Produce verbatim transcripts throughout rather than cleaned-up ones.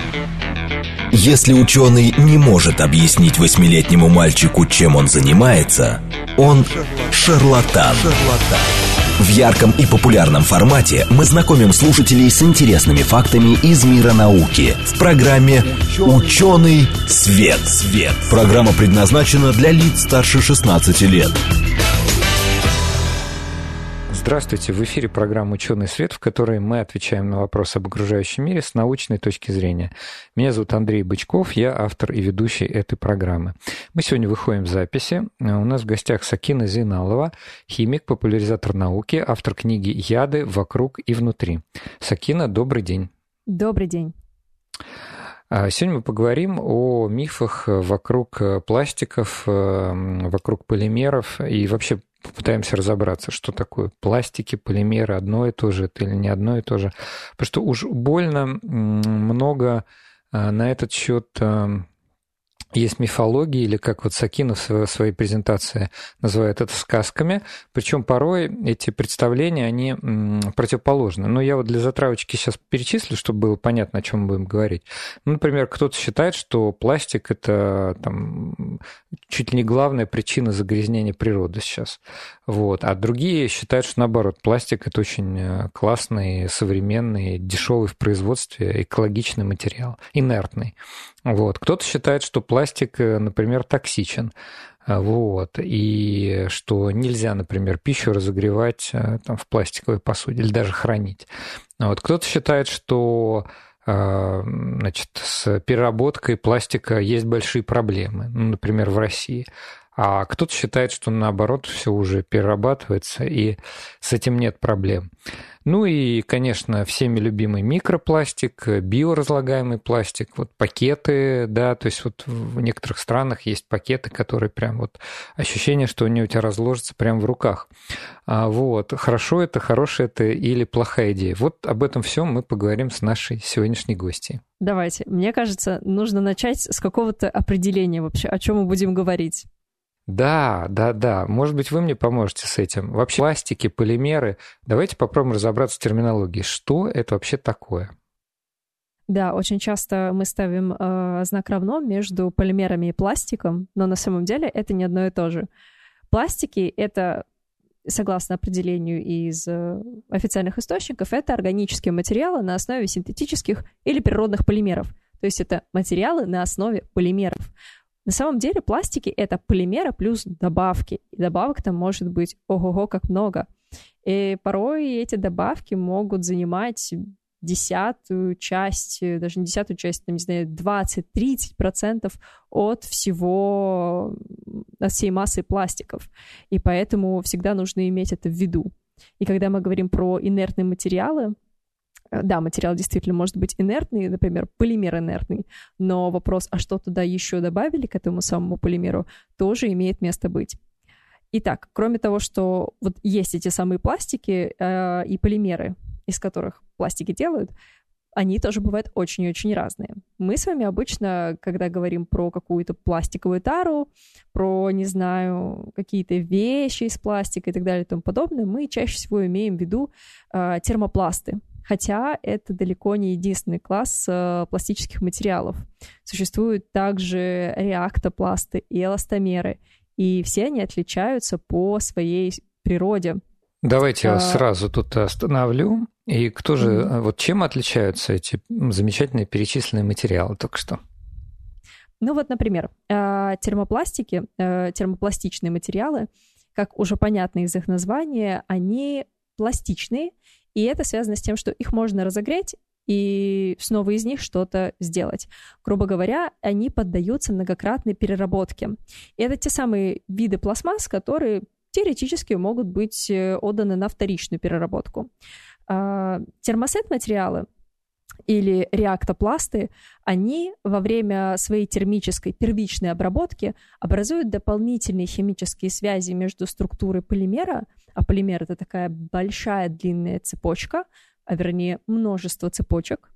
Если ученый не может объяснить восьмилетнему мальчику, чем он занимается, он шарлатан. В ярком и популярном формате мы знакомим слушателей с интересными фактами из мира науки в программе «Ученый свет». Свет. Программа предназначена для лиц старше шестнадцати лет. Здравствуйте, в эфире программа «Ученый свет», в которой мы отвечаем на вопросы об окружающем мире с научной точки зрения. Меня зовут Андрей Бычков, я автор и ведущий этой программы. Мы сегодня выходим в записи. У нас в гостях Сакина Зейналова, химик, популяризатор науки, автор книги «Яды. Вокруг и внутри». Сакина, добрый день. Добрый день. Сегодня мы поговорим о мифах вокруг пластиков, вокруг полимеров и вообще попытаемся разобраться, что такое пластики, полимеры, одно и то же это или не одно и то же. Потому что уж больно много на этот счет есть мифологии, или как вот Сакинов в своей презентации называет это сказками, причем порой эти представления, они противоположны. Но я вот для затравочки сейчас перечислю, чтобы было понятно, о чем мы будем говорить. Ну, например, кто-то считает, что пластик – это там, чуть ли не главная причина загрязнения природы сейчас. Вот. А другие считают, что наоборот, пластик – это очень классный, современный, дешевый в производстве, экологичный материал, инертный. Вот. Кто-то считает, что пластик, например, токсичен, вот, и что нельзя, например, пищу разогревать там, в пластиковой посуде или даже хранить. Вот. Кто-то считает, что значит, с переработкой пластика есть большие проблемы, ну, например, в России. А кто-то считает, что наоборот все уже перерабатывается, и с этим нет проблем. Ну и, конечно, всеми любимый микропластик, биоразлагаемый пластик, вот пакеты, да, то есть вот в некоторых странах есть пакеты, которые прям вот ощущение, что они у тебя разложатся прямо в руках. А вот, хорошо это, хорошая это или плохая идея? Вот об этом всем мы поговорим с нашей сегодняшней гостьей. Давайте. Мне кажется, нужно начать с какого-то определения вообще, о чем мы будем говорить. Да, да, да. Может быть, вы мне поможете с этим. Вообще пластики, полимеры. Давайте попробуем разобраться в терминологии. Что это вообще такое? Да, очень часто мы ставим э, знак равно между полимерами и пластиком, но на самом деле это не одно и то же. Пластики — это, согласно определению из э, официальных источников, это органические материалы на основе синтетических или природных полимеров. То есть это материалы на основе полимеров. На самом деле пластики — это полимеры плюс добавки. И добавок там может быть ого-го как много. И порой эти добавки могут занимать десятую часть, даже не десятую часть, там, не знаю, двадцать-тридцать процентов от всего, от всей массы пластиков. И поэтому всегда нужно иметь это в виду. И когда мы говорим про инертные материалы, да, материал действительно может быть инертный, например, полимер инертный, но вопрос, а что туда еще добавили к этому самому полимеру, тоже имеет место быть. Итак, кроме того, что вот есть эти самые пластики э, и полимеры, из которых пластики делают, они тоже бывают очень-очень разные. Мы с вами обычно, когда говорим про какую-то пластиковую тару, про, не знаю, какие-то вещи из пластика и так далее и тому подобное, мы чаще всего имеем в виду э, термопласты. Хотя это далеко не единственный класс э, пластических материалов. Существуют также реактопласты и эластомеры, и все они отличаются по своей природе. Давайте я вас а... сразу тут остановлю. И кто же, mm-hmm. вот чем отличаются эти замечательные перечисленные материалы только что? Ну вот, например, термопластики, термопластичные материалы, как уже понятно из их названия, они пластичные, и это связано с тем, что их можно разогреть и снова из них что-то сделать. Грубо говоря, они поддаются многократной переработке. И это те самые виды пластмасс, которые теоретически могут быть отданы на вторичную переработку. Термосет-материалы или реактопласты, они во время своей термической первичной обработки образуют дополнительные химические связи между структурой полимера, а полимер — это такая большая длинная цепочка, а вернее множество цепочек.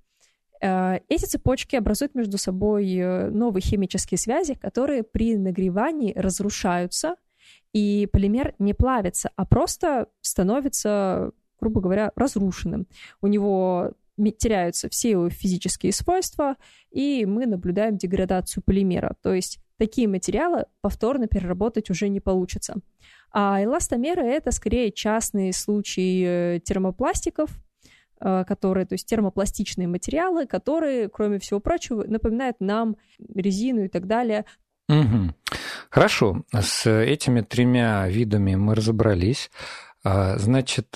Эти цепочки образуют между собой новые химические связи, которые при нагревании разрушаются, и полимер не плавится, а просто становится, грубо говоря, разрушенным. У него теряются все его физические свойства, и мы наблюдаем деградацию полимера. То есть такие материалы повторно переработать уже не получится. А эластомеры — это скорее частные случаи термопластиков, которые, то есть термопластичные материалы, которые, кроме всего прочего, напоминают нам резину и так далее. Угу. Хорошо, с этими тремя видами мы разобрались. Значит,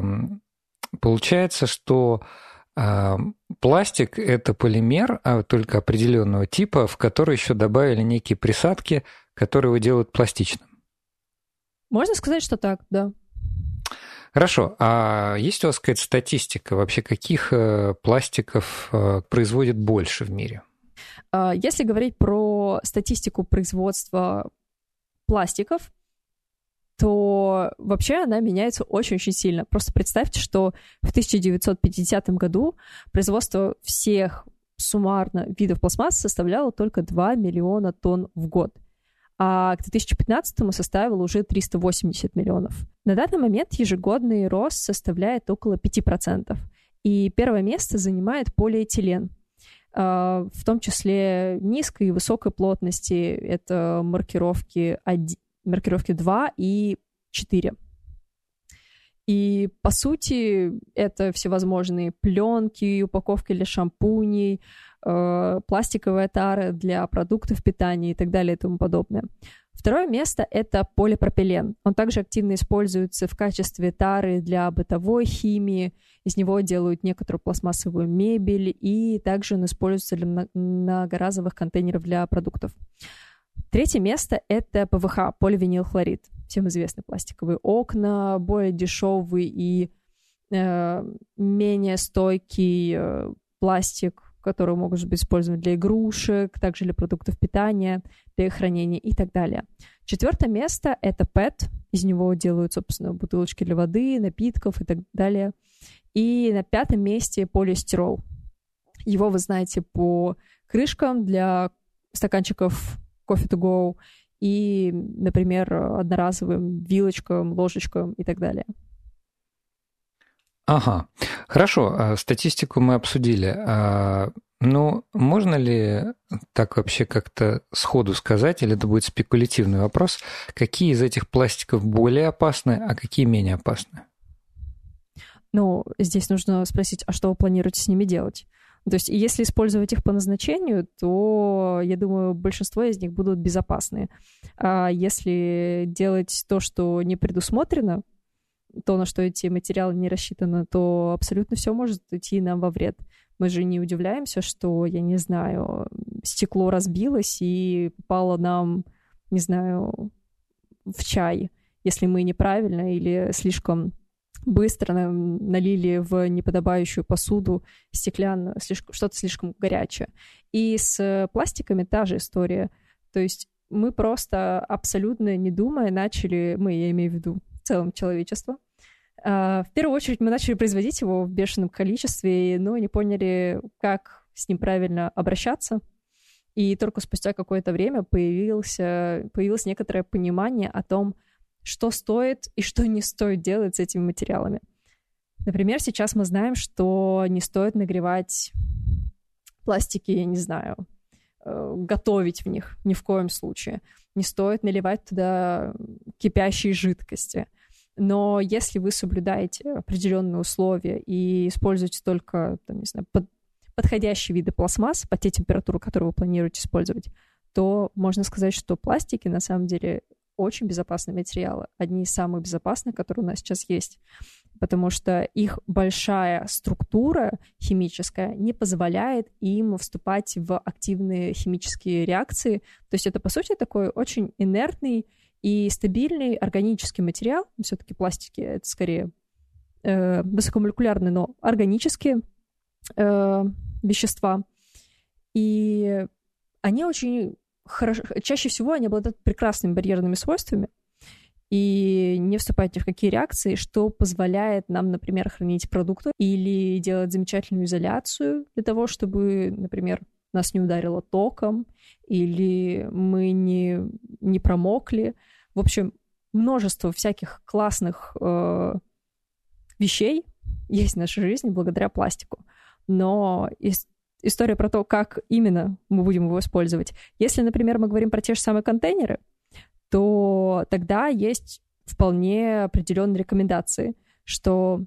получается, что пластик — это полимер, только определенного типа, в который еще добавили некие присадки, которые его делают пластичным. Можно сказать, что так, да. Хорошо. А есть у вас какая-то статистика вообще, каких пластиков производят больше в мире? Если говорить про статистику производства пластиков, то вообще она меняется очень-очень сильно. Просто представьте, что в тысяча девятьсот пятидесятом году производство всех суммарно видов пластмасс составляло только два миллиона тонн в год, а к две тысячи пятнадцатому составило уже триста восемьдесят миллионов. На данный момент ежегодный рост составляет около пять процентов, и первое место занимает полиэтилен, в том числе низкой и высокой плотности. Это маркировки один, маркировки два и четыре. И, по сути, это всевозможные пленки, упаковки для шампуней, э, пластиковые тары для продуктов питания и так далее и тому подобное. Второе место — это полипропилен. Он также активно используется в качестве тары для бытовой химии. Из него делают некоторую пластмассовую мебель, и также он используется для многоразовых контейнеров для продуктов. Третье место — это ПВХ, поливинилхлорид. Всем известны пластиковые окна, более дешевый и э, менее стойкий э, пластик, который могут быть использованы для игрушек, также для продуктов питания, для их хранения и так далее. Четвертое место — это пэт. Из него делают, собственно, бутылочки для воды, напитков и так далее. И на пятом месте полиэстерол. Его вы знаете по крышкам для стаканчиков coffee to go и, например, одноразовым вилочкам, ложечкам и так далее. Ага, хорошо, статистику мы обсудили. Ну, можно ли так вообще как-то сходу сказать, или это будет спекулятивный вопрос, какие из этих пластиков более опасны, а какие менее опасны? Ну, здесь нужно спросить, а что вы планируете с ними делать? То есть если использовать их по назначению, то, я думаю, большинство из них будут безопасны. А если делать то, что не предусмотрено, то, на что эти материалы не рассчитаны, то абсолютно все может идти нам во вред. Мы же не удивляемся, что, я не знаю, стекло разбилось и попало нам, не знаю, в чай, если мы неправильно или слишком быстро налили в неподобающую посуду стеклянную, слишком, что-то слишком горячее. И с пластиками та же история. То есть мы просто абсолютно не думая начали, мы, я имею в виду в целом человечество, в первую очередь мы начали производить его в бешеном количестве, но не поняли, как с ним правильно обращаться. И только спустя какое-то время появился, появилось некоторое понимание о том, что стоит и что не стоит делать с этими материалами. Например, сейчас мы знаем, что не стоит нагревать пластики, я не знаю, готовить в них ни в коем случае. Не стоит наливать туда кипящие жидкости. Но если вы соблюдаете определенные условия и используете только, там, не знаю, под, подходящие виды пластмасс под те температуры, которые вы планируете использовать, то можно сказать, что пластики на самом деле очень безопасные материалы, одни из самых безопасных, которые у нас сейчас есть, потому что их большая структура химическая не позволяет им вступать в активные химические реакции. То есть это, по сути, такой очень инертный и стабильный органический материал. Все-таки пластики — это скорее э, высокомолекулярные, но органические э, вещества. И они очень хорошо, чаще всего они обладают прекрасными барьерными свойствами и не вступают ни в какие реакции, что позволяет нам, например, хранить продукты или делать замечательную изоляцию для того, чтобы, например, нас не ударило током или мы не, не промокли. В общем, множество всяких классных э, вещей есть в нашей жизни благодаря пластику. но ис- история про то, как именно мы будем его использовать. Если, например, мы говорим про те же самые контейнеры, то тогда есть вполне определенные рекомендации, что,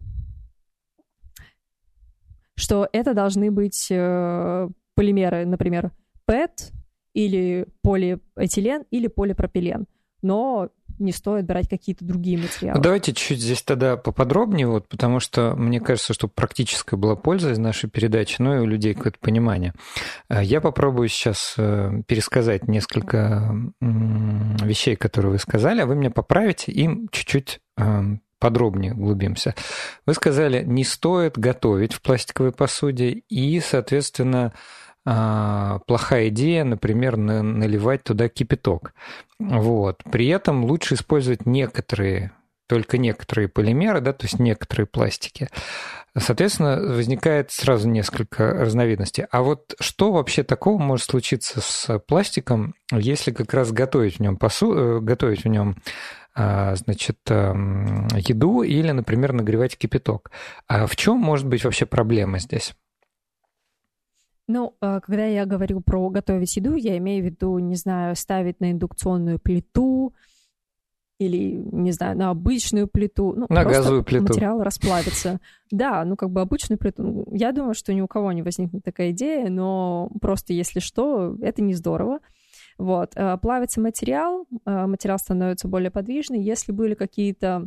что это должны быть э, полимеры, например, пэт или полиэтилен или полипропилен. Но не стоит брать какие-то другие материалы. Ну, давайте чуть-чуть здесь тогда поподробнее, вот, потому что мне кажется, что практическая была польза из нашей передачи, ну и у людей какое-то понимание. Я попробую сейчас пересказать несколько вещей, которые вы сказали, а вы меня поправите, им чуть-чуть подробнее углубимся. Вы сказали, не стоит готовить в пластиковой посуде и, соответственно, плохая идея, например, наливать туда кипяток. Вот. При этом лучше использовать некоторые, только некоторые полимеры, да, то есть некоторые пластики. Соответственно, возникает сразу несколько разновидностей. А вот что вообще такого может случиться с пластиком, если как раз готовить в нем посуду, готовить в нем, значит, еду или, например, нагревать кипяток? А в чем может быть вообще проблема здесь? Ну, когда я говорю про готовить еду, я имею в виду, не знаю, ставить на индукционную плиту или, не знаю, на обычную плиту. Ну, на газовую плиту. Материал расплавится. Да, ну, как бы обычную плиту. Я думаю, что ни у кого не возникнет такая идея, но просто если что, это не здорово. Вот. Плавится материал, материал становится более подвижный. Если были какие-то,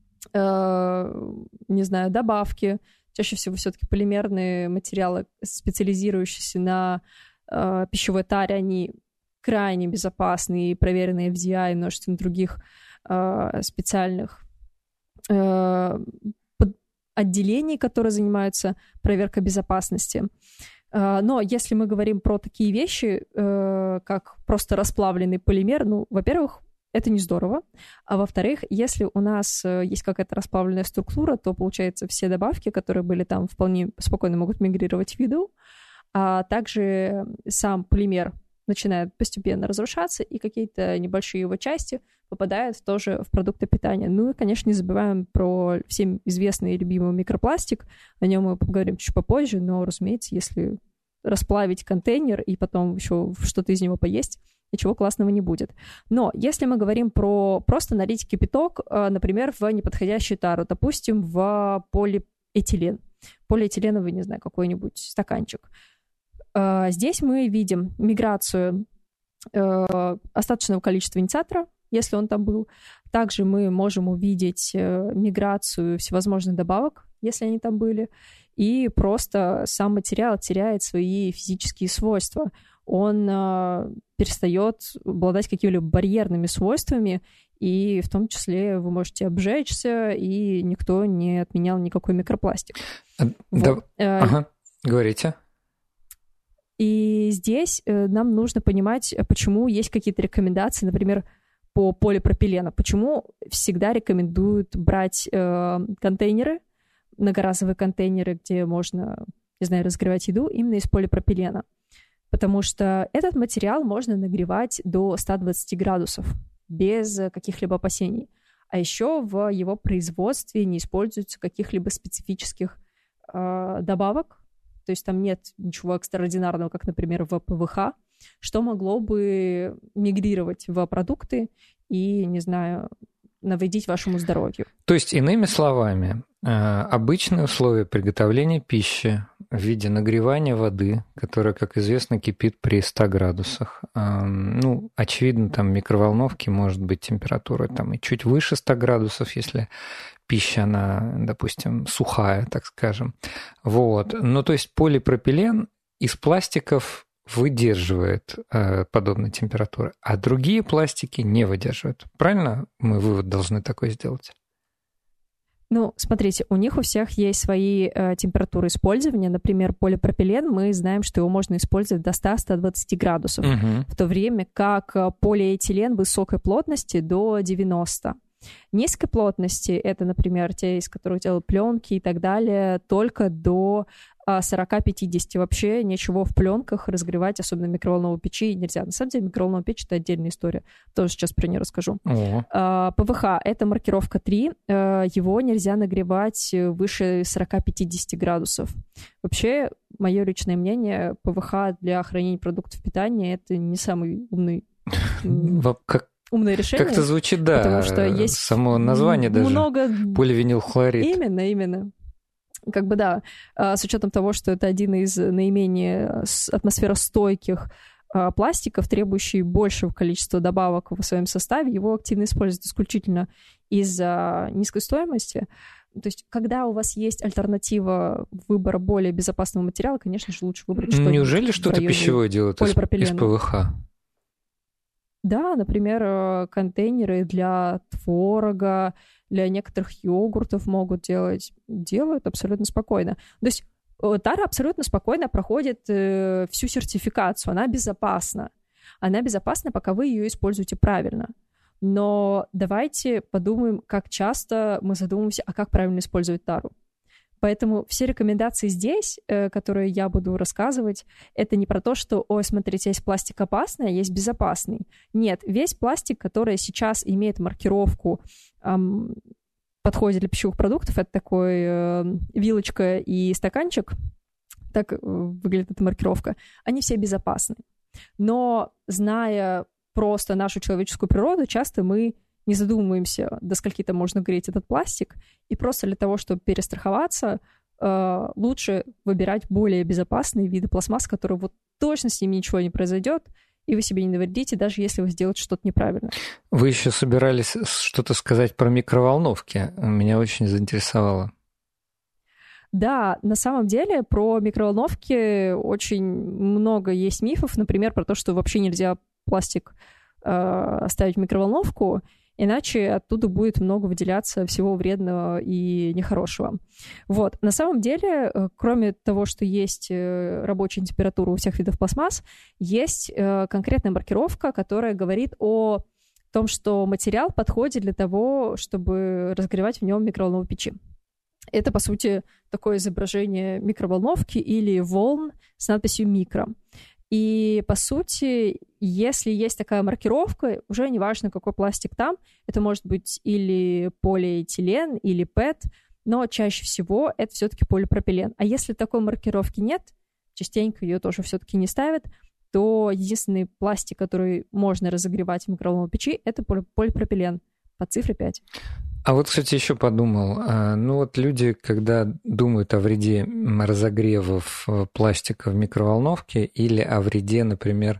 не знаю, добавки, чаще всего все-таки полимерные материалы, специализирующиеся на э, пищевой таре, они крайне безопасны и проверены эф ди ай и множеством других э, специальных э, отделений, которые занимаются проверкой безопасности. Э, но если мы говорим про такие вещи, э, как просто расплавленный полимер, ну, во-первых, это не здорово. А во-вторых, если у нас есть какая-то расплавленная структура, то, получается, все добавки, которые были там, вполне спокойно могут мигрировать в еду, а также сам полимер начинает постепенно разрушаться, и какие-то небольшие его части попадают тоже в продукты питания. Ну и, конечно, не забываем про всем известный и любимый микропластик. О нем мы поговорим чуть попозже, но, разумеется, если расплавить контейнер и потом еще что-то из него поесть, ничего классного не будет. Но если мы говорим про просто налить кипяток, например, в неподходящую тару, допустим, в полиэтилен, полиэтиленовый, не знаю, какой-нибудь стаканчик, здесь мы видим миграцию остаточного количества инициатора, если он там был. Также мы можем увидеть миграцию всевозможных добавок, если они там были, и просто сам материал теряет свои физические свойства. Он э, перестает обладать какими-либо барьерными свойствами, и в том числе вы можете обжечься, и никто не отменял никакой микропластик. А, вот. да, ага, говорите. И здесь э, нам нужно понимать, почему есть какие-то рекомендации, например, по полипропилену. Почему всегда рекомендуют брать э, контейнеры, многоразовые контейнеры, где можно, не знаю, разогревать еду, именно из полипропилена. Потому что этот материал можно нагревать до ста двадцати градусов без каких-либо опасений. А еще в его производстве не используются каких-либо специфических э, добавок, то есть там нет ничего экстраординарного, как, например, в пэ вэ ха, что могло бы мигрировать в продукты и, не знаю, навредить вашему здоровью. То есть, иными словами, обычные условия приготовления пищи в виде нагревания воды, которая, как известно, кипит при ста градусах. Ну, очевидно, там микроволновки может быть температура там и чуть выше ста градусов, если пища, она, допустим, сухая, так скажем. Вот. Ну, то есть полипропилен из пластиков выдерживает э, подобные температуры, а другие пластики не выдерживают. Правильно мы вывод должны такой сделать? Ну, смотрите, у них у всех есть свои э, температуры использования. Например, полипропилен, мы знаем, что его можно использовать до ста — ста двадцати градусов, угу. в то время как полиэтилен высокой плотности до девяноста. Низкой плотности, это, например, те, из которых делают пленки и так далее, только до сорок-пятьдесят. Вообще ничего в пленках разогревать, особенно в микроволновой печи, нельзя. На самом деле микроволновая печь — это отдельная история. Тоже сейчас про нее расскажу. О. ПВХ — это маркировка три. Его нельзя нагревать выше сорок-пятьдесят градусов. Вообще, мое личное мнение, ПВХ для хранения продуктов питания — это не самый умный... Как... умное решение. Как-то звучит, да, потому что есть само название даже. Много... Поливинилхлорид. Именно, именно. Как бы да, с учетом того, что это один из наименее атмосферостойких пластиков, требующий большего количества добавок в своем составе, его активно используют исключительно из-за низкой стоимости. То есть, когда у вас есть альтернатива выбора более безопасного материала, конечно же, лучше выбрать что-то. Неужели что-то пищевое делают из, из ПВХ? Да, например, контейнеры для творога, для некоторых йогуртов могут делать. Делают абсолютно спокойно. То есть тара абсолютно спокойно проходит э, всю сертификацию. Она безопасна. Она безопасна, пока вы ее используете правильно. Но давайте подумаем, как часто мы задумываемся, а как правильно использовать тару. Поэтому все рекомендации здесь, э, которые я буду рассказывать, это не про то, что, ой, смотрите, есть пластик опасный, а есть безопасный. Нет, весь пластик, который сейчас имеет маркировку, эм, подходит для пищевых продуктов, это такой э, вилочка и стаканчик, так э, выглядит эта маркировка, они все безопасны. Но, зная просто нашу человеческую природу, часто мы не задумываемся, до скольки-то можно греть этот пластик, и просто для того, чтобы перестраховаться, э, лучше выбирать более безопасные виды пластмасс, которые вот точно с ними ничего не произойдет, и вы себе не навредите, даже если вы сделаете что-то неправильно. Вы еще собирались что-то сказать про микроволновки. Меня очень заинтересовало. Да, на самом деле про микроволновки очень много есть мифов, например, про то, что вообще нельзя пластик э, ставить в микроволновку, иначе оттуда будет много выделяться всего вредного и нехорошего. Вот. На самом деле, кроме того, что есть рабочая температура у всех видов пластмасс, есть конкретная маркировка, которая говорит о том, что материал подходит для того, чтобы разогревать в нем микроволновую печи. Это, по сути, такое изображение микроволновки или волн с надписью «микро». И, по сути, если есть такая маркировка, уже неважно, какой пластик там, это может быть или полиэтилен, или пэт, но чаще всего это все-таки полипропилен. А если такой маркировки нет, частенько ее тоже все-таки не ставят, то единственный пластик, который можно разогревать в микроволновой печи, это полипропилен по цифре пять. А вот, кстати, еще подумал, ну вот люди, когда думают о вреде разогревов пластика в микроволновке или о вреде, например,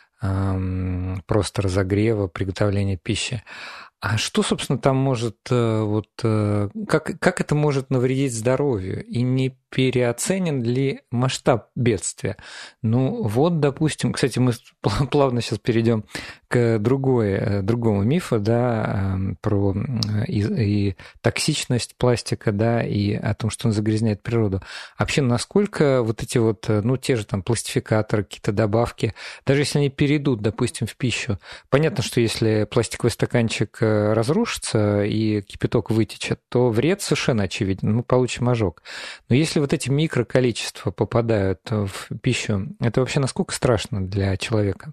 просто разогрева, приготовления пищи, а что, собственно, там может, вот, как, как это может навредить здоровью? И не переоценен ли масштаб бедствия? Ну, вот, допустим, кстати, мы плавно сейчас перейдем к другой, другому мифу, да, про и, и токсичность пластика, да, и о том, что он загрязняет природу. Вообще, насколько вот эти вот, ну, те же там пластификаторы, какие-то добавки, даже если они перейдут, допустим, в пищу, понятно, что если пластиковый стаканчик разрушится и кипяток вытечет, то вред совершенно очевиден, мы получим ожог. Но если вот эти микроколичества попадают в пищу, это вообще насколько страшно для человека?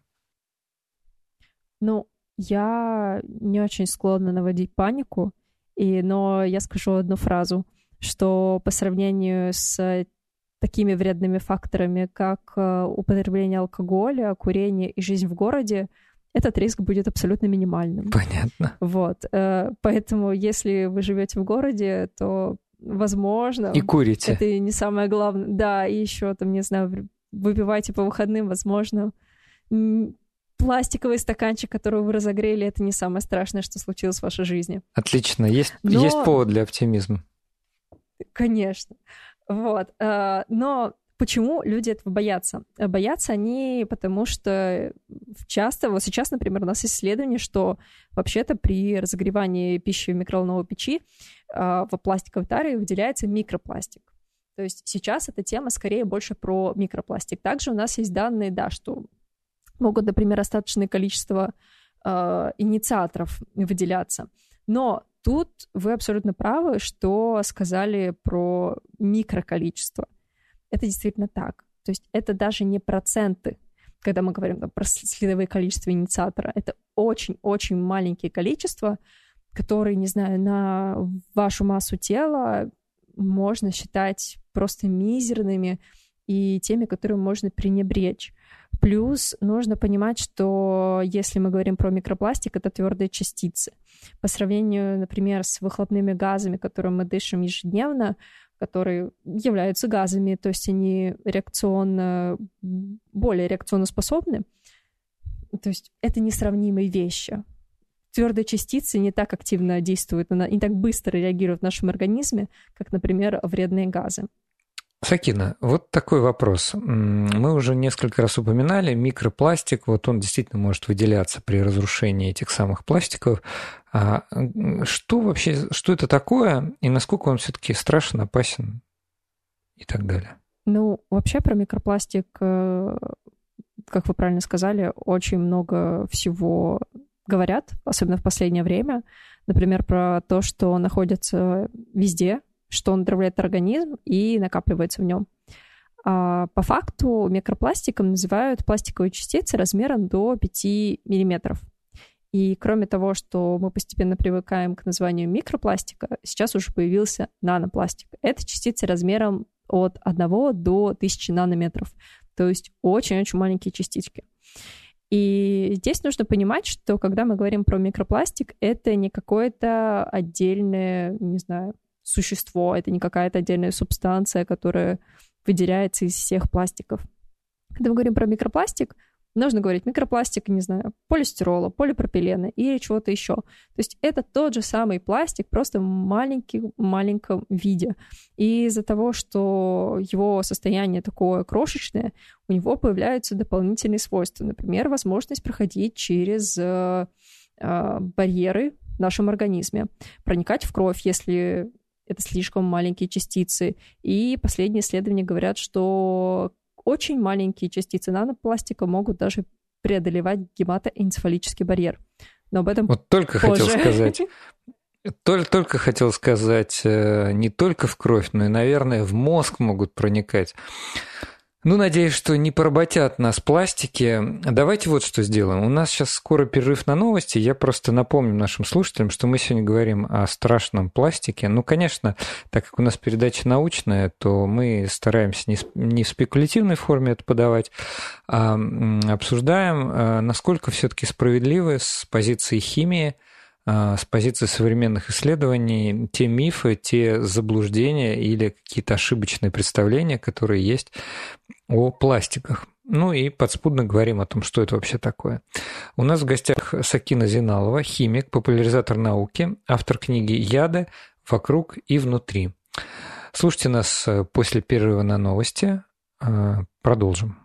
Ну, я не очень склонна наводить панику, и, но я скажу одну фразу, что по сравнению с такими вредными факторами, как употребление алкоголя, курение и жизнь в городе, этот риск будет абсолютно минимальным. Понятно. Вот. Поэтому, если вы живете в городе, то, возможно... И курите. Это не самое главное. Да, и еще, там, не знаю, выпивайте по выходным, возможно. Пластиковый стаканчик, который вы разогрели, это не самое страшное, что случилось в вашей жизни. Отлично. Есть, Но... есть повод для оптимизма. Конечно. Вот. Но... Почему люди этого боятся? Боятся они, потому что часто, вот сейчас, например, у нас есть исследование, что вообще-то при разогревании пищи в микроволновой печи в пластиковой таре выделяется микропластик. То есть сейчас эта тема скорее больше про микропластик. Также у нас есть данные, да, что могут, например, остаточное количество э, инициаторов выделяться. Но тут вы абсолютно правы, что сказали про микроколичество. это действительно так. То есть это даже не проценты, когда мы говорим там, про следовые количества инициатора. Это очень-очень маленькие количества, которые, не знаю, на вашу массу тела можно считать просто мизерными и теми, которыми можно пренебречь. Плюс нужно понимать, что если мы говорим про микропластик, это твердые частицы. По сравнению, например, с выхлопными газами, которыми мы дышим ежедневно, которые являются газами, то есть они реакционно, более реакционно способны. То есть это несравнимые вещи. Твердые частицы не так активно действуют, не так быстро реагируют в нашем организме, как, например, вредные газы. Сакина, вот такой вопрос. Мы уже несколько раз упоминали микропластик, вот он действительно может выделяться при разрушении этих самых пластиков. А что вообще, что это такое, и насколько он все-таки страшен, опасен и так далее? Ну, вообще про микропластик, как вы правильно сказали, очень много всего говорят, особенно в последнее время. Например, про то, что он находится везде, что он отравляет организм и накапливается в нем. А по факту микропластиком называют пластиковые частицы размером до пяти миллиметров. И кроме того, что мы постепенно привыкаем к названию микропластика, сейчас уже появился нанопластик. Это частицы размером от одного до тысячи нанометров. То есть очень-очень маленькие частички. И здесь нужно понимать, что когда мы говорим про микропластик, это не какое-то отдельное, не знаю, существо, это не какая-то отдельная субстанция, которая выделяется из всех пластиков. Когда мы говорим про микропластик, нужно говорить микропластик, не знаю, полистирола, полипропилена или чего-то еще. То есть это тот же самый пластик, просто в маленьком виде. И из-за того, что его состояние такое крошечное, у него появляются дополнительные свойства. Например, возможность проходить через э, э, барьеры в нашем организме, проникать в кровь, если это слишком маленькие частицы. И последние исследования говорят, что очень маленькие частицы нанопластика могут даже преодолевать гематоэнцефалический барьер. Но об этом вот только позже. хотел сказать. Только, только хотел сказать, не только в кровь, но и, наверное, в мозг могут проникать. Ну, надеюсь, что не поработят нас пластики. Давайте вот что сделаем. У нас сейчас скоро перерыв на новости. Я просто напомню нашим слушателям, что мы сегодня говорим о страшном пластике. Ну, конечно, так как у нас передача научная, то мы стараемся не в спекулятивной форме это подавать, а обсуждаем, насколько все-таки справедливы с позиции химии, с позиции современных исследований те мифы, те заблуждения или какие-то ошибочные представления, которые есть о пластиках. Ну и подспудно говорим о том, что это вообще такое. У нас в гостях Сакина Зиналова, химик, популяризатор науки, автор книги «Яды. Вокруг и внутри». Слушайте нас после перерыва на новости. Продолжим.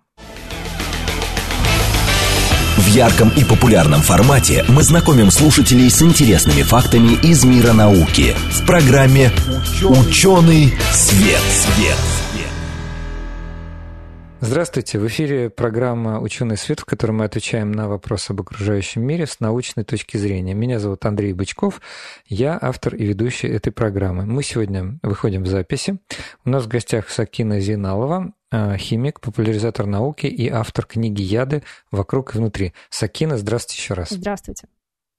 В ярком и популярном формате мы знакомим слушателей с интересными фактами из мира науки в программе «Ученый свет». свет. Здравствуйте, в эфире программа «Ученый свет», в которой мы отвечаем на вопросы об окружающем мире с научной точки зрения. Меня зовут Андрей Бычков, я автор и ведущий этой программы. Мы сегодня выходим в записи. У нас в гостях Сакина Зиналова, химик, популяризатор науки и автор книги «Яды. Вокруг и внутри». Сакина, здравствуйте еще раз. Здравствуйте.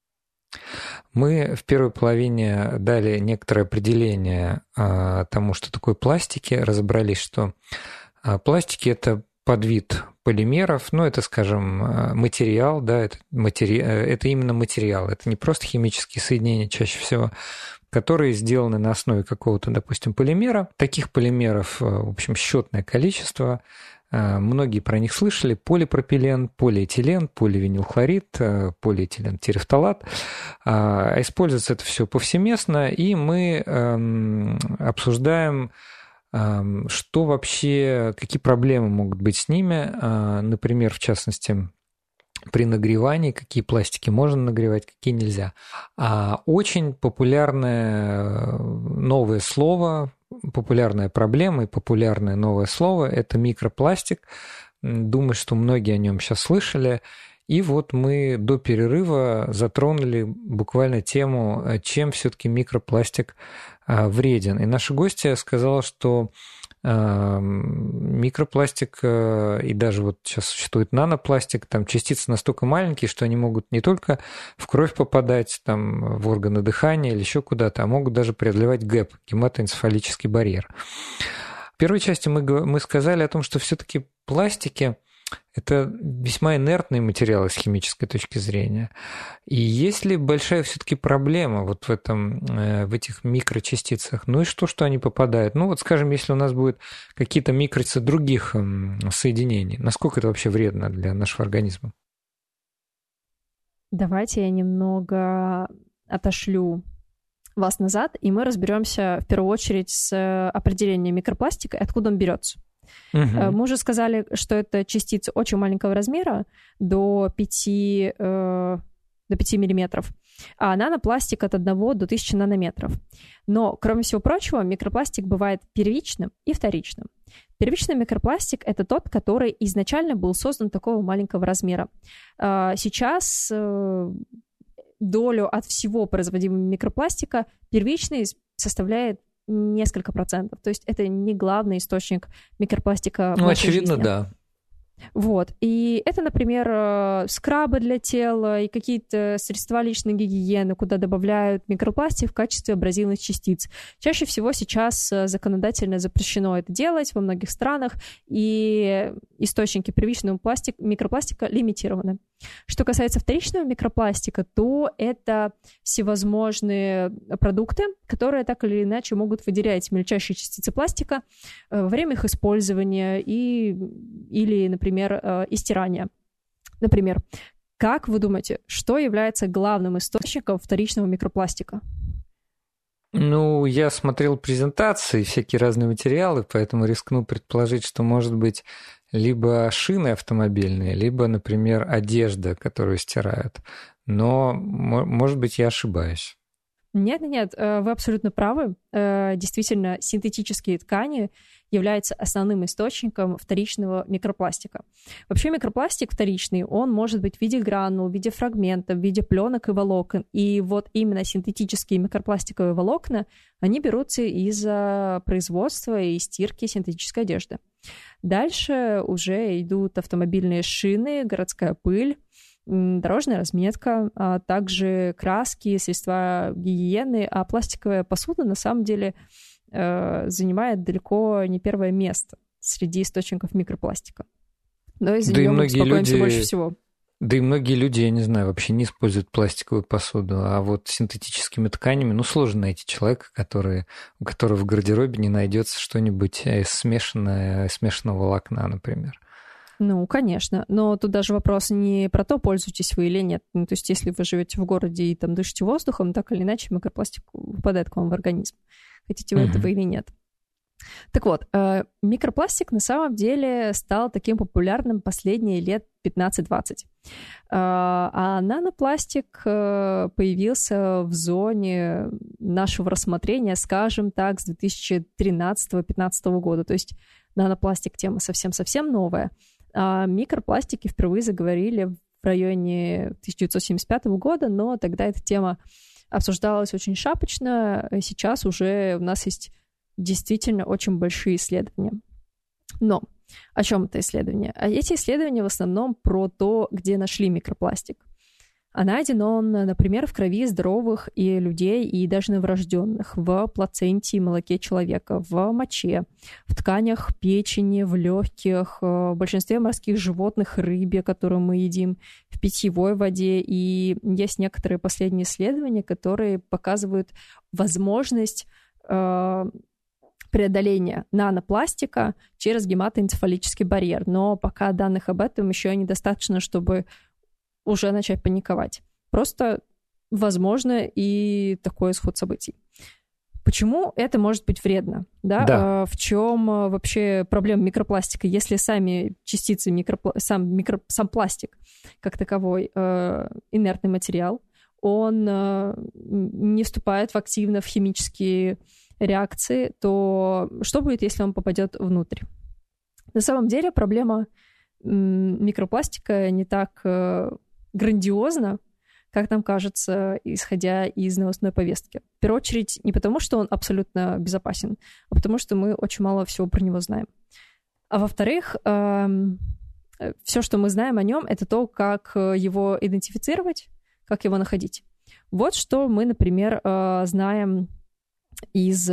Мы в первой половине дали некоторое определение тому, что такое пластики, разобрались, что пластики – это подвид полимеров, ну, это, скажем, материал, да, это, матери... это именно материал, это не просто химические соединения чаще всего, которые сделаны на основе какого-то, допустим, полимера. Таких полимеров, в общем, счетное количество. Многие про них слышали. Полипропилен, полиэтилен, поливинилхлорид, полиэтилентерефталат. Используется это все повсеместно, и мы обсуждаем, что вообще, какие проблемы могут быть с ними, например, в частности, при нагревании, какие пластики можно нагревать, какие нельзя. Очень популярное новое слово, популярная проблема и популярное новое слово – это микропластик. Думаю, что многие о нем сейчас слышали. И вот мы до перерыва затронули буквально тему, чем все-таки микропластик вреден. И наша гостья сказала, что Микропластик и даже вот сейчас существует нанопластик, там частицы настолько маленькие, что они могут не только в кровь попадать, там, в органы дыхания или еще куда-то, а могут даже преодолевать гэп, гематоэнцефалический барьер. В первой части мы, мы сказали о том, что все-таки пластики – это весьма инертные материалы с химической точки зрения. И есть ли большая все-таки проблема вот в, этом, в этих микрочастицах? Ну и что, что они попадают? Ну вот, скажем, если у нас будут какие-то микроцы других соединений, насколько это вообще вредно для нашего организма? Давайте я немного отошлю вас назад, и мы разберемся в первую очередь с определением микропластика и откуда он берется. Угу. Мы уже сказали, что это частицы очень маленького размера, до пяти, э, до пяти миллиметров, а нанопластик от одного до тысячи нанометров. Но, кроме всего прочего, микропластик бывает первичным и вторичным. Первичный микропластик — это тот, который изначально был создан такого маленького размера. Сейчас долю от всего производимого микропластика первичный составляет несколько процентов. То есть это не главный источник микропластика в ну, нашей очевидно, жизни. Да. Вот. И это, например, скрабы для тела и какие-то средства личной гигиены, куда добавляют микропластик в качестве абразивных частиц. Чаще всего сейчас законодательно запрещено это делать во многих странах, и источники первичного пластика, микропластика лимитированы. Что касается вторичного микропластика, то это всевозможные продукты, которые так или иначе могут выделять мельчайшие частицы пластика во время их использования и, или, например, Например, и стирания. Например, как вы думаете, что является главным источником вторичного микропластика? Ну, я смотрел презентации, всякие разные материалы, поэтому рискну предположить, что может быть либо шины автомобильные, либо, например, одежда, которую стирают. Но, может быть, я ошибаюсь. Нет-нет, вы абсолютно правы. Действительно, синтетические ткани являются основным источником вторичного микропластика. Вообще микропластик вторичный, он может быть в виде гранул, в виде фрагментов, в виде пленок и волокон. И вот именно синтетические микропластиковые волокна, они берутся из-за производства и стирки синтетической одежды. Дальше уже идут автомобильные шины, городская пыль, дорожная разметка, а также краски, средства гигиены, а пластиковая посуда на самом деле э, занимает далеко не первое место среди источников микропластика. Но из-за да нее мы беспокоимся люди... больше всего. Да и многие люди, я не знаю, вообще не используют пластиковую посуду, а вот синтетическими тканями, ну, сложно найти человека, который, у которого в гардеробе не найдется что-нибудь из смешанного, из смешанного волокна, например. Ну, конечно, но тут даже вопрос не про то, пользуетесь вы или нет. Ну, то есть если вы живете в городе и там дышите воздухом, так или иначе микропластик попадает к вам в организм, хотите вы uh-huh. этого или нет. Так вот, микропластик на самом деле стал таким популярным последние лет пятнадцать-двадцать. А нанопластик появился в зоне нашего рассмотрения, скажем так, с две тысячи тринадцатого-пятнадцатого года. То есть нанопластик тема совсем-совсем новая. А микропластики впервые заговорили в районе тысяча девятьсот семьдесят пятого года, но тогда эта тема обсуждалась очень шапочно. Сейчас уже у нас есть действительно очень большие исследования. Но о чем это исследование? А эти исследования в основном про то, где нашли микропластик. А найден он, например, в крови здоровых и людей, и даже новорожденных, в плаценте и молоке человека, в моче, в тканях печени, в легких, в большинстве морских животных, рыбе, которую мы едим, в питьевой воде. И есть некоторые последние исследования, которые показывают возможность э, преодоления нанопластика через гематоэнцефалический барьер. Но пока данных об этом еще недостаточно, чтобы уже начать паниковать. Просто возможно и такой исход событий. Почему это может быть вредно? Да? Да. В чем вообще проблема микропластика? Если сами частицы, микропла... сам, микро... сам пластик как таковой инертный материал, он не вступает в активно в химические реакции, то что будет, если он попадет внутрь? На самом деле проблема микропластика не так грандиозно, как нам кажется, исходя из новостной повестки. В первую очередь не потому, что он абсолютно безопасен, а потому что мы очень мало всего про него знаем. А во-вторых, все, что мы знаем о нем, это то, как его идентифицировать, как его находить. Вот что мы, например, знаем из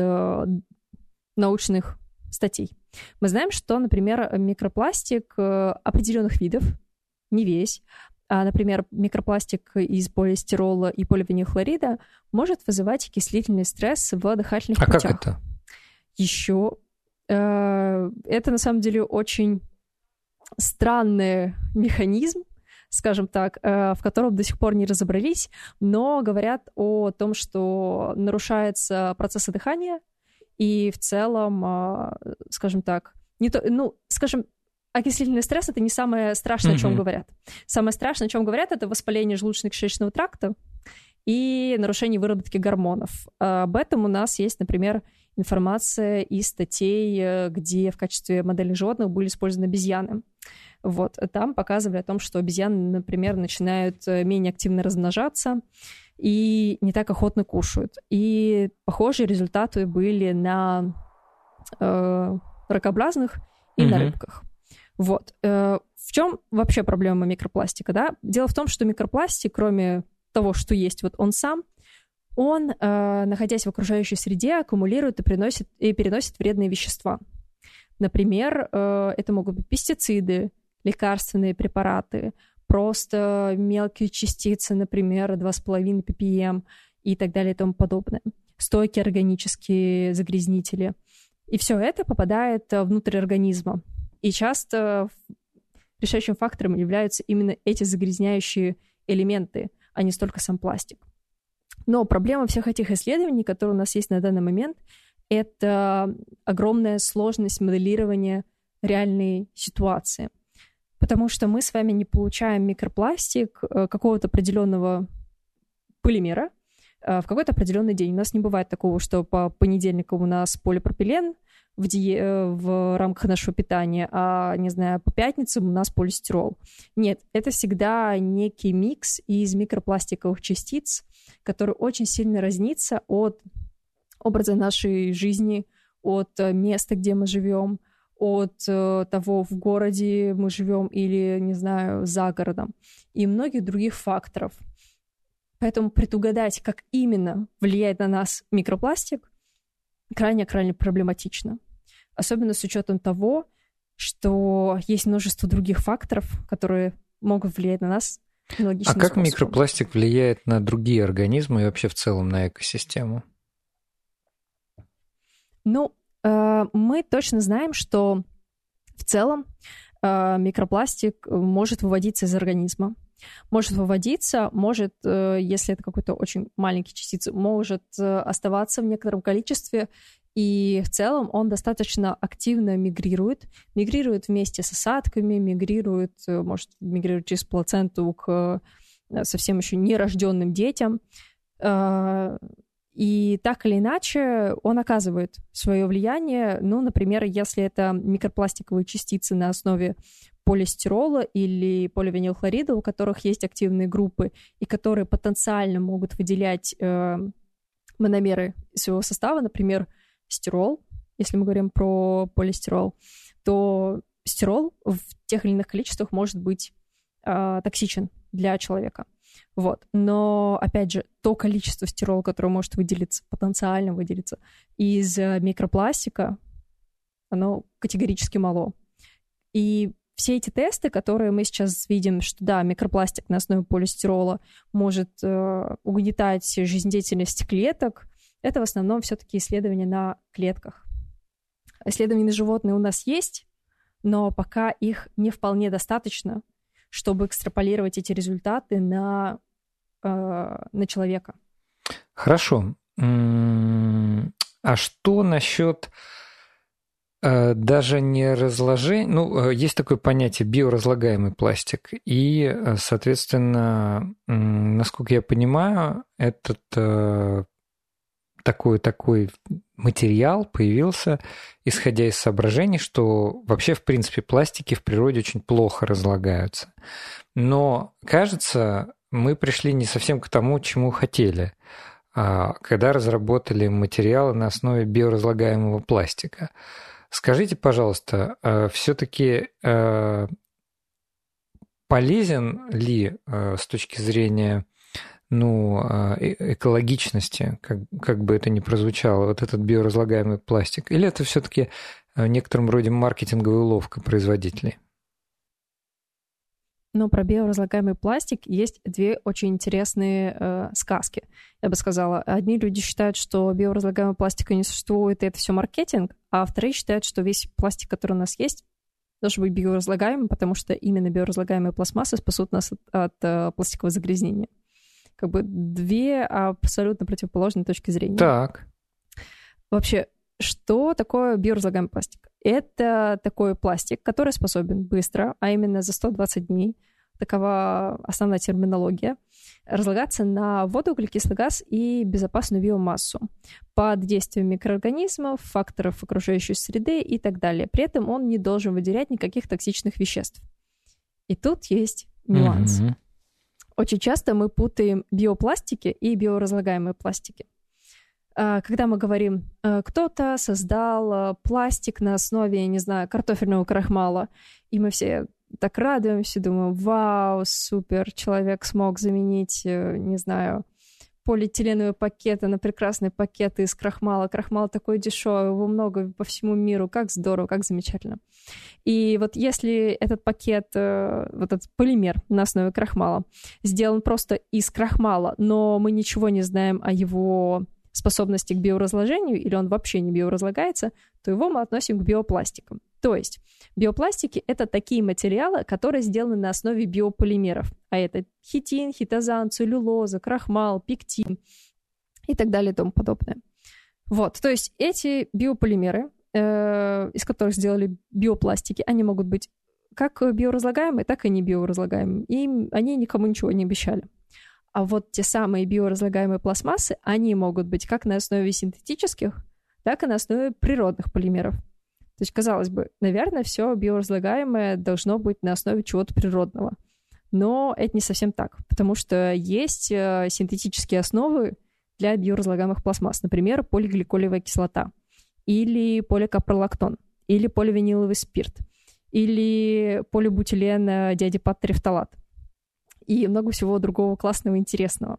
научных статей. Мы знаем, что, например, микропластик определенных видов, не весь, а, например, микропластик из полиэстерола и поливинилхлорида может вызывать окислительный стресс в дыхательных а путях. А как это? Еще э, это, на самом деле, очень странный механизм, скажем так, э, в котором до сих пор не разобрались, но говорят о том, что нарушается процесс дыхания, и в целом, э, скажем так, не то, ну, скажем, окислительный стресс — это не самое страшное, mm-hmm. о чем говорят. Самое страшное, о чем говорят, это воспаление желудочно-кишечного тракта и нарушение выработки гормонов. Об этом у нас есть, например, информация из статей, где в качестве моделей животных были использованы обезьяны. Вот. Там показывали о том, что обезьяны, например, начинают менее активно размножаться и не так охотно кушают. И похожие результаты были на э, ракообразных и mm-hmm. на рыбках. Вот. В чем вообще проблема микропластика, да? Дело в том, что микропластик, кроме того, что есть вот он сам, он, находясь в окружающей среде, аккумулирует и, приносит, и переносит вредные вещества. Например, это могут быть пестициды, лекарственные препараты, просто мелкие частицы, например, два с половиной пи пи эм и так далее и тому подобное. Стойкие органические загрязнители. И все это попадает внутрь организма. И часто решающим фактором являются именно эти загрязняющие элементы, а не столько сам пластик. Но проблема всех этих исследований, которые у нас есть на данный момент, это огромная сложность моделирования реальной ситуации. Потому что мы с вами не получаем микропластик какого-то определенного полимера в какой-то определенный день. У нас не бывает такого, что по понедельникам у нас полипропилен в, ди... в рамках нашего питания, а, не знаю, по пятницам у нас полистирол. Нет, это всегда некий микс из микропластиковых частиц, который очень сильно разнится от образа нашей жизни, от места, где мы живем, от того, в городе мы живем или, не знаю, за городом, и многих других факторов. Поэтому предугадать, как именно влияет на нас микропластик, крайне-крайне проблематично. Особенно с учетом того, что есть множество других факторов, которые могут влиять на нас аналогичным А как способом. микропластик влияет на другие организмы и вообще в целом на экосистему? Ну, э, мы точно знаем, что в целом э, микропластик может выводиться из организма. Может выводиться, может, э, если это какой-то очень маленький частицы, может э, оставаться в некотором количестве, и в целом он достаточно активно мигрирует, мигрирует вместе с осадками, мигрирует, э, может мигрировать через плаценту к э, совсем еще нерожденным детям. Э, И так или иначе он оказывает свое влияние. Ну, например, если это микропластиковые частицы на основе полиэстерола или поливинилхлорида, у которых есть активные группы, и которые потенциально могут выделять э, мономеры из своего состава, например, стирол, если мы говорим про полиэстерол, то стирол в тех или иных количествах может быть э, токсичен для человека. Вот. Но, опять же, то количество стирола, которое может выделиться, потенциально выделиться из микропластика, оно категорически мало. И все эти тесты, которые мы сейчас видим, что да, микропластик на основе полиэстерола может э, угнетать жизнедеятельность клеток, это в основном все-таки исследования на клетках. Исследования на животные у нас есть, но пока их не вполне достаточно, чтобы экстраполировать эти результаты на, э, на человека. Хорошо. А что насчет э, даже не разложения? Ну, есть такое понятие биоразлагаемый пластик. И, соответственно, насколько я понимаю, этот э, такой, такой материал появился, исходя из соображений, что вообще, в принципе, пластики в природе очень плохо разлагаются. Но, кажется, мы пришли не совсем к тому, чему хотели, когда разработали материалы на основе биоразлагаемого пластика. Скажите, пожалуйста, все-таки полезен ли с точки зрения ну, экологичности, как, как бы это ни прозвучало, вот этот биоразлагаемый пластик? Или это все-таки в некотором роде маркетинговая уловка производителей? Но про биоразлагаемый пластик есть две очень интересные э, сказки, я бы сказала. Одни люди считают, что биоразлагаемого пластика не существует, и это все маркетинг, а вторые считают, что весь пластик, который у нас есть, должен быть биоразлагаемым, потому что именно биоразлагаемые пластмассы спасут нас от, от э, пластикового загрязнения. Как бы две абсолютно противоположные точки зрения. Так. Вообще, что такое биоразлагаемый пластик? Это такой пластик, который способен быстро, а именно за сто двадцать дней, такова основная терминология, разлагаться на воду, углекислый газ и безопасную биомассу под действием микроорганизмов, факторов окружающей среды и так далее. При этом он не должен выделять никаких токсичных веществ. И тут есть нюанс. Mm-hmm. Очень часто мы путаем биопластики и биоразлагаемые пластики. Когда мы говорим, кто-то создал пластик на основе, я не знаю, картофельного крахмала, и мы все так радуемся, думаем, вау, супер, человек смог заменить, не знаю, полиэтиленовые пакеты на прекрасные пакеты из крахмала. Крахмал такой дешевый, его много по всему миру, как здорово, как замечательно. И вот если этот пакет, вот этот полимер на основе крахмала сделан просто из крахмала, но мы ничего не знаем о его способности к биоразложению, или он вообще не биоразлагается, то его мы относим к биопластикам. То есть биопластики — это такие материалы, которые сделаны на основе биополимеров, а это хитин, хитозан, целлюлоза, крахмал, пектин и так далее и тому подобное. Вот, то есть эти биополимеры, э, из которых сделали биопластики, они могут быть как биоразлагаемые, так и не биоразлагаемые, и они никому ничего не обещали. А вот те самые биоразлагаемые пластмассы, они могут быть как на основе синтетических, так и на основе природных полимеров. То есть, казалось бы, наверное, все биоразлагаемое должно быть на основе чего-то природного. Но это не совсем так, потому что есть синтетические основы для биоразлагаемых пластмасс. Например, полигликолевая кислота, или поликапролактон, или поливиниловый спирт, или полибутилен диадипат-терефталат. И много всего другого классного и интересного.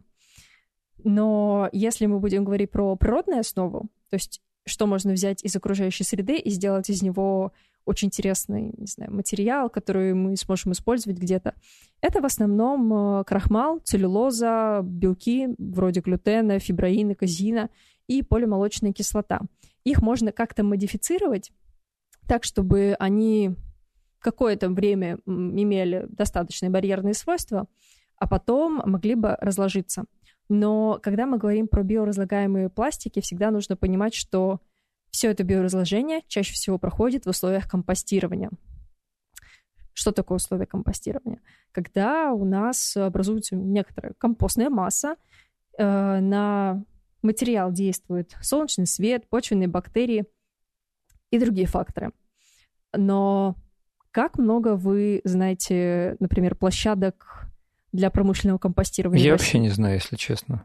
Но если мы будем говорить про природную основу, то есть что можно взять из окружающей среды и сделать из него очень интересный, не знаю, материал, который мы сможем использовать где-то, это в основном крахмал, целлюлоза, белки вроде глютена, фиброина, казеина и полимолочная кислота. Их можно как-то модифицировать так, чтобы они какое-то время имели достаточные барьерные свойства, а потом могли бы разложиться. Но когда мы говорим про биоразлагаемые пластики, всегда нужно понимать, что все это биоразложение чаще всего проходит в условиях компостирования. Что такое условия компостирования? Когда у нас образуется некоторая компостная масса, э, на материал действует солнечный свет, почвенные бактерии и другие факторы. Но как много вы знаете, например, площадок для промышленного компостирования? Я вообще не знаю, если честно.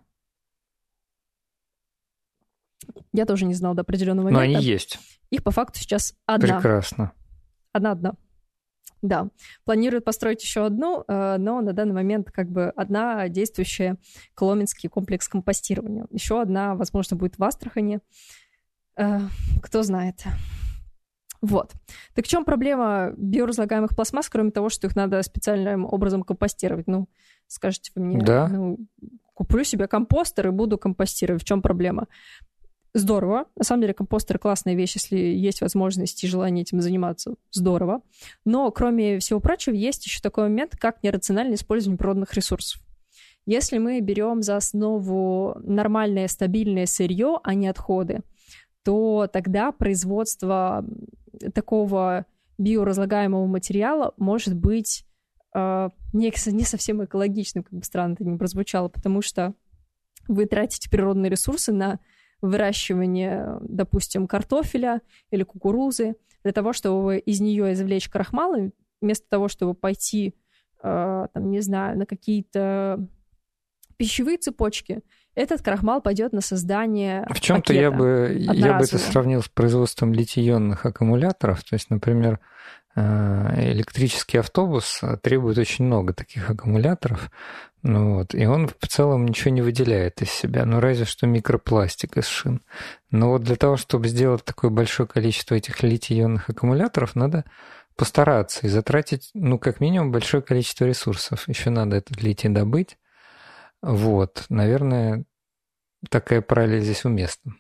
Я тоже не знала до определенного момента. Но они есть. Их по факту сейчас одна. Прекрасно. Одна-одна. Да. Планируют построить еще одну, но на данный момент как бы одна действующая Коломенский комплекс компостирования. Еще одна, возможно, будет в Астрахани. Кто знает. Вот. Так в чем проблема биоразлагаемых пластмасс, кроме того, что их надо специальным образом компостировать? Ну, скажете вы мне, да. ну, куплю себе компостер и буду компостировать. В чем проблема? Здорово. На самом деле компостер — классная вещь, если есть возможность и желание этим заниматься. Здорово. Но, кроме всего прочего, есть еще такой момент, как нерациональное использование природных ресурсов. Если мы берем за основу нормальное, стабильное сырье, а не отходы, то тогда производство такого биоразлагаемого материала может быть э, не, не совсем экологичным, как бы странно это ни прозвучало, потому что вы тратите природные ресурсы на выращивание, допустим, картофеля или кукурузы для того, чтобы из нее извлечь крахмал, вместо того, чтобы пойти там, не знаю, на какие-то пищевые цепочки, этот крахмал пойдет на создание В чем-то я бы, я бы это сравнил с производством литий-ионных аккумуляторов. То есть, например, электрический автобус требует очень много таких аккумуляторов, ну вот, и он в целом ничего не выделяет из себя, ну разве что микропластик из шин. Но вот для того, чтобы сделать такое большое количество этих литий-ионных аккумуляторов, надо постараться и затратить, ну, как минимум, большое количество ресурсов. Еще надо этот литий добыть. Вот, наверное, такая параллель здесь уместна.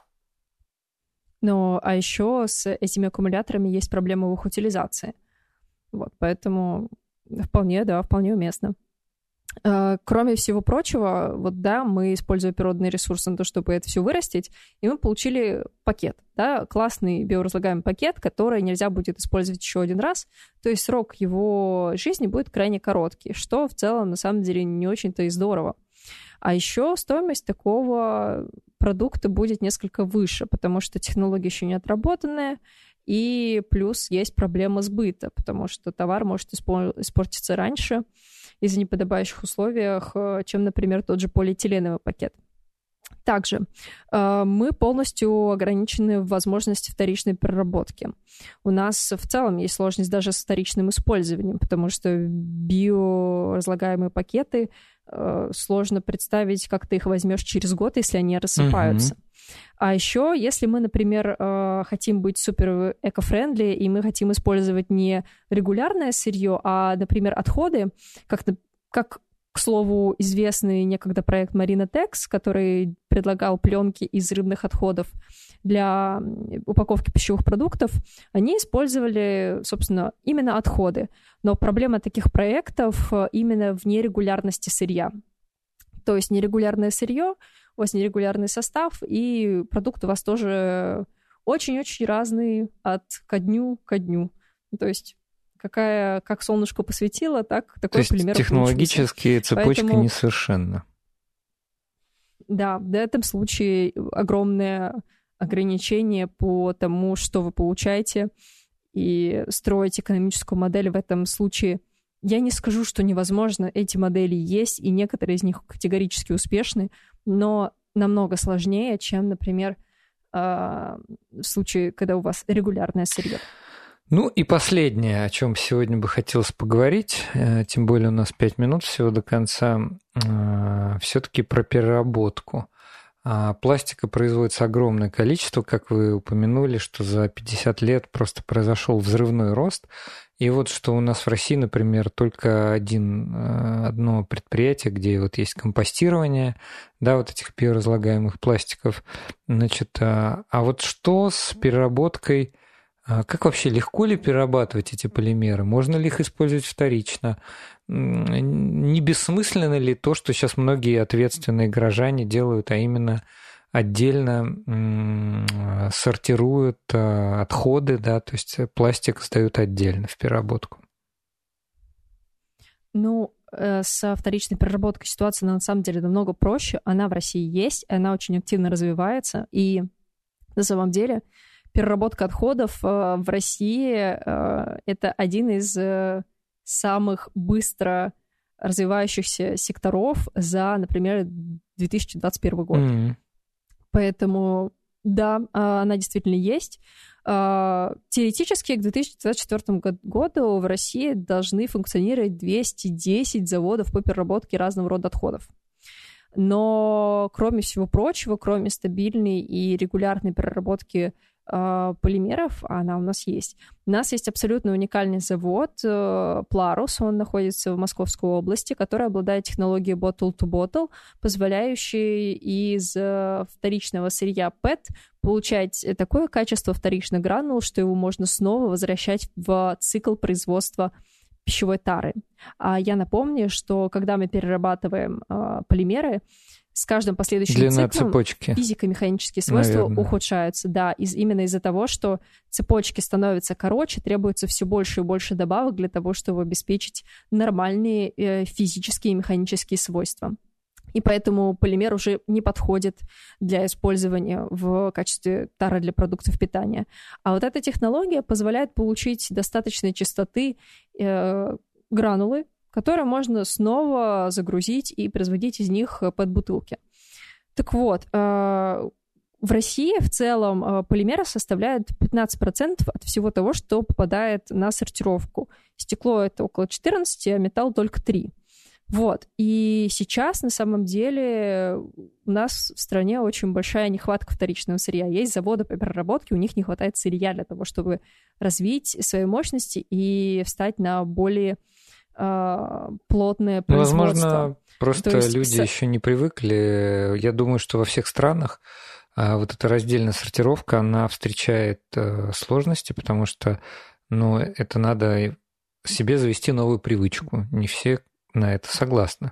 Ну, а еще с этими аккумуляторами есть проблема в их утилизации. Вот, поэтому вполне, да, вполне уместно. Кроме всего прочего, вот да, мы используем природные ресурсы на то, чтобы это все вырастить, и мы получили пакет, да, классный биоразлагаемый пакет, который нельзя будет использовать еще один раз, то есть срок его жизни будет крайне короткий, что в целом на самом деле не очень-то и здорово. А еще стоимость такого продукта будет несколько выше, потому что технология еще не отработанная, и плюс есть проблема сбыта, потому что товар может испортиться раньше из-за неподобающих условиях, чем, например, тот же полиэтиленовый пакет. Также мы полностью ограничены в возможности вторичной переработки. У нас в целом есть сложность даже с вторичным использованием, потому что биоразлагаемые пакеты сложно представить, как ты их возьмешь через год, если они рассыпаются. Uh-huh. А еще, если мы, например, хотим быть супер эко-френдли, и мы хотим использовать не регулярное сырье, а, например, отходы, как, как к слову, известный некогда проект Marinatex, который предлагал пленки из рыбных отходов для упаковки пищевых продуктов, они использовали, собственно, именно отходы. Но проблема таких проектов именно в нерегулярности сырья. То есть нерегулярное сырье, у вас нерегулярный состав, и продукт у вас тоже очень-очень разный от ко дню ко дню. То есть какая, как солнышко посветило, так такой полимер. То есть технологически цепочка Поэтому, несовершенна. Да, в этом случае огромное ограничение по тому, что вы получаете, и строить экономическую модель в этом случае. Я не скажу, что невозможно, эти модели есть, и некоторые из них категорически успешны, но намного сложнее, чем, например, в случае, когда у вас регулярное сырье. Ну и последнее, о чем сегодня бы хотелось поговорить, тем более у нас пять минут всего до конца, все-таки про переработку. Пластика производится огромное количество, как вы упомянули, что за пятьдесят лет просто произошел взрывной рост. И вот что у нас в России, например, только один, одно предприятие, где вот есть компостирование, да, вот этих биоразлагаемых пластиков. Значит, а, а вот что с переработкой? Как вообще, легко ли перерабатывать эти полимеры? Можно ли их использовать вторично? Не бессмысленно ли то, что сейчас многие ответственные горожане делают, а именно отдельно сортируют отходы, да, то есть пластик сдают отдельно в переработку? Ну, со вторичной переработкой ситуация на самом деле намного проще. Она в России есть, она очень активно развивается, и на самом деле переработка отходов в России — это один из самых быстро развивающихся секторов за, например, две тысячи двадцать первый год. Mm-hmm. Поэтому, да, она действительно есть. Теоретически к две тысячи двадцать четвёртому году в России должны функционировать двести десять заводов по переработке разного рода отходов. Но, кроме всего прочего, кроме стабильной и регулярной переработки полимеров, она у нас есть. У нас есть абсолютно уникальный завод Plarus, он находится в Московской области, который обладает технологией bottle-to-bottle, позволяющей из вторичного сырья пэт получать такое качество вторичных гранул, что его можно снова возвращать в цикл производства пищевой тары. А я напомню, что когда мы перерабатываем полимеры, с каждым последующим Длина циклом цепочки. Физико-механические свойства Наверное. ухудшаются. Да, из, именно из-за того, что цепочки становятся короче, требуется все больше и больше добавок для того, чтобы обеспечить нормальные э, физические и механические свойства. И поэтому полимер уже не подходит для использования в качестве тары для продуктов питания. А вот эта технология позволяет получить достаточной частоты э, гранулы, которые можно снова загрузить и производить из них подбутылки. Так вот, в России в целом полимеры составляют пятнадцать процентов от всего того, что попадает на сортировку. Стекло — это около четырнадцать, а металл только три. Вот. И сейчас, на самом деле, у нас в стране очень большая нехватка вторичного сырья. Есть заводы по переработке, у них не хватает сырья для того, чтобы развить свои мощности и встать на более э, плотное производство. Возможно, просто То есть... люди еще не привыкли. Я думаю, что во всех странах вот эта раздельная сортировка, она встречает сложности, потому что, ну, это надо себе завести новую привычку. Не все на это согласны.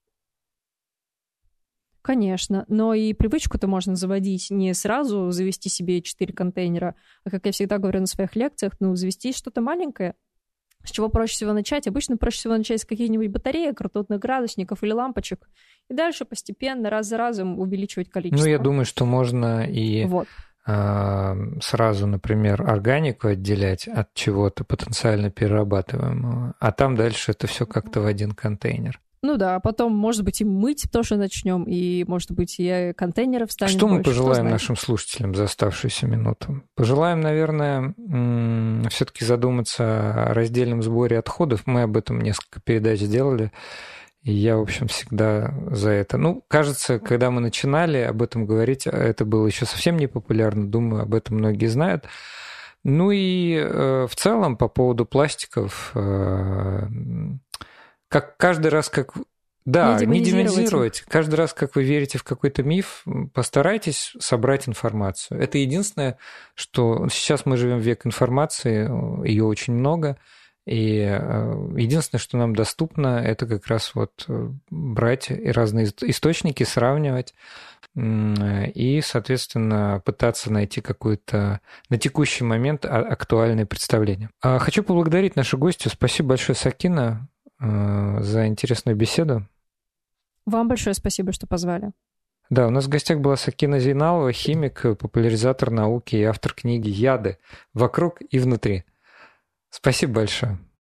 Конечно, но и привычку-то можно заводить не сразу, завести себе четыре контейнера, а, как я всегда говорю на своих лекциях, ну, завести что-то маленькое. С чего проще всего начать? Обычно проще всего начать с каких-нибудь батареек, ртутных градусников или лампочек, и дальше постепенно, раз за разом увеличивать количество. Ну, я думаю, что можно и вот. э, сразу, например, органику отделять от чего-то потенциально перерабатываемого, а там дальше это все как-то в один контейнер. Ну да, потом, может быть, и мыть тоже начнем, и, может быть, и контейнеров станет Что мы больше, пожелаем нашим слушателям за оставшуюся минуту? Пожелаем, наверное, все-таки задуматься о раздельном сборе отходов. Мы об этом несколько передач сделали, и я, в общем, всегда за это. Ну, кажется, когда мы начинали об этом говорить, это было еще совсем не популярно, думаю, об этом многие знают. Ну и э, в целом по поводу пластиков... Э, Как каждый раз, как... Да, не демонизировать. Каждый раз, как вы верите в какой-то миф, постарайтесь собрать информацию. Это единственное, что... Сейчас мы живем в век информации, ее очень много, и единственное, что нам доступно, это как раз вот брать разные источники, сравнивать и, соответственно, пытаться найти какое-то на текущий момент актуальное представление. Хочу поблагодарить нашу гостью. Спасибо большое, Сакина, за интересную беседу. Вам большое спасибо, что позвали. Да, у нас в гостях была Сакина Зейналова, химик, популяризатор науки и автор книги «Яды. Вокруг и внутри». Спасибо большое.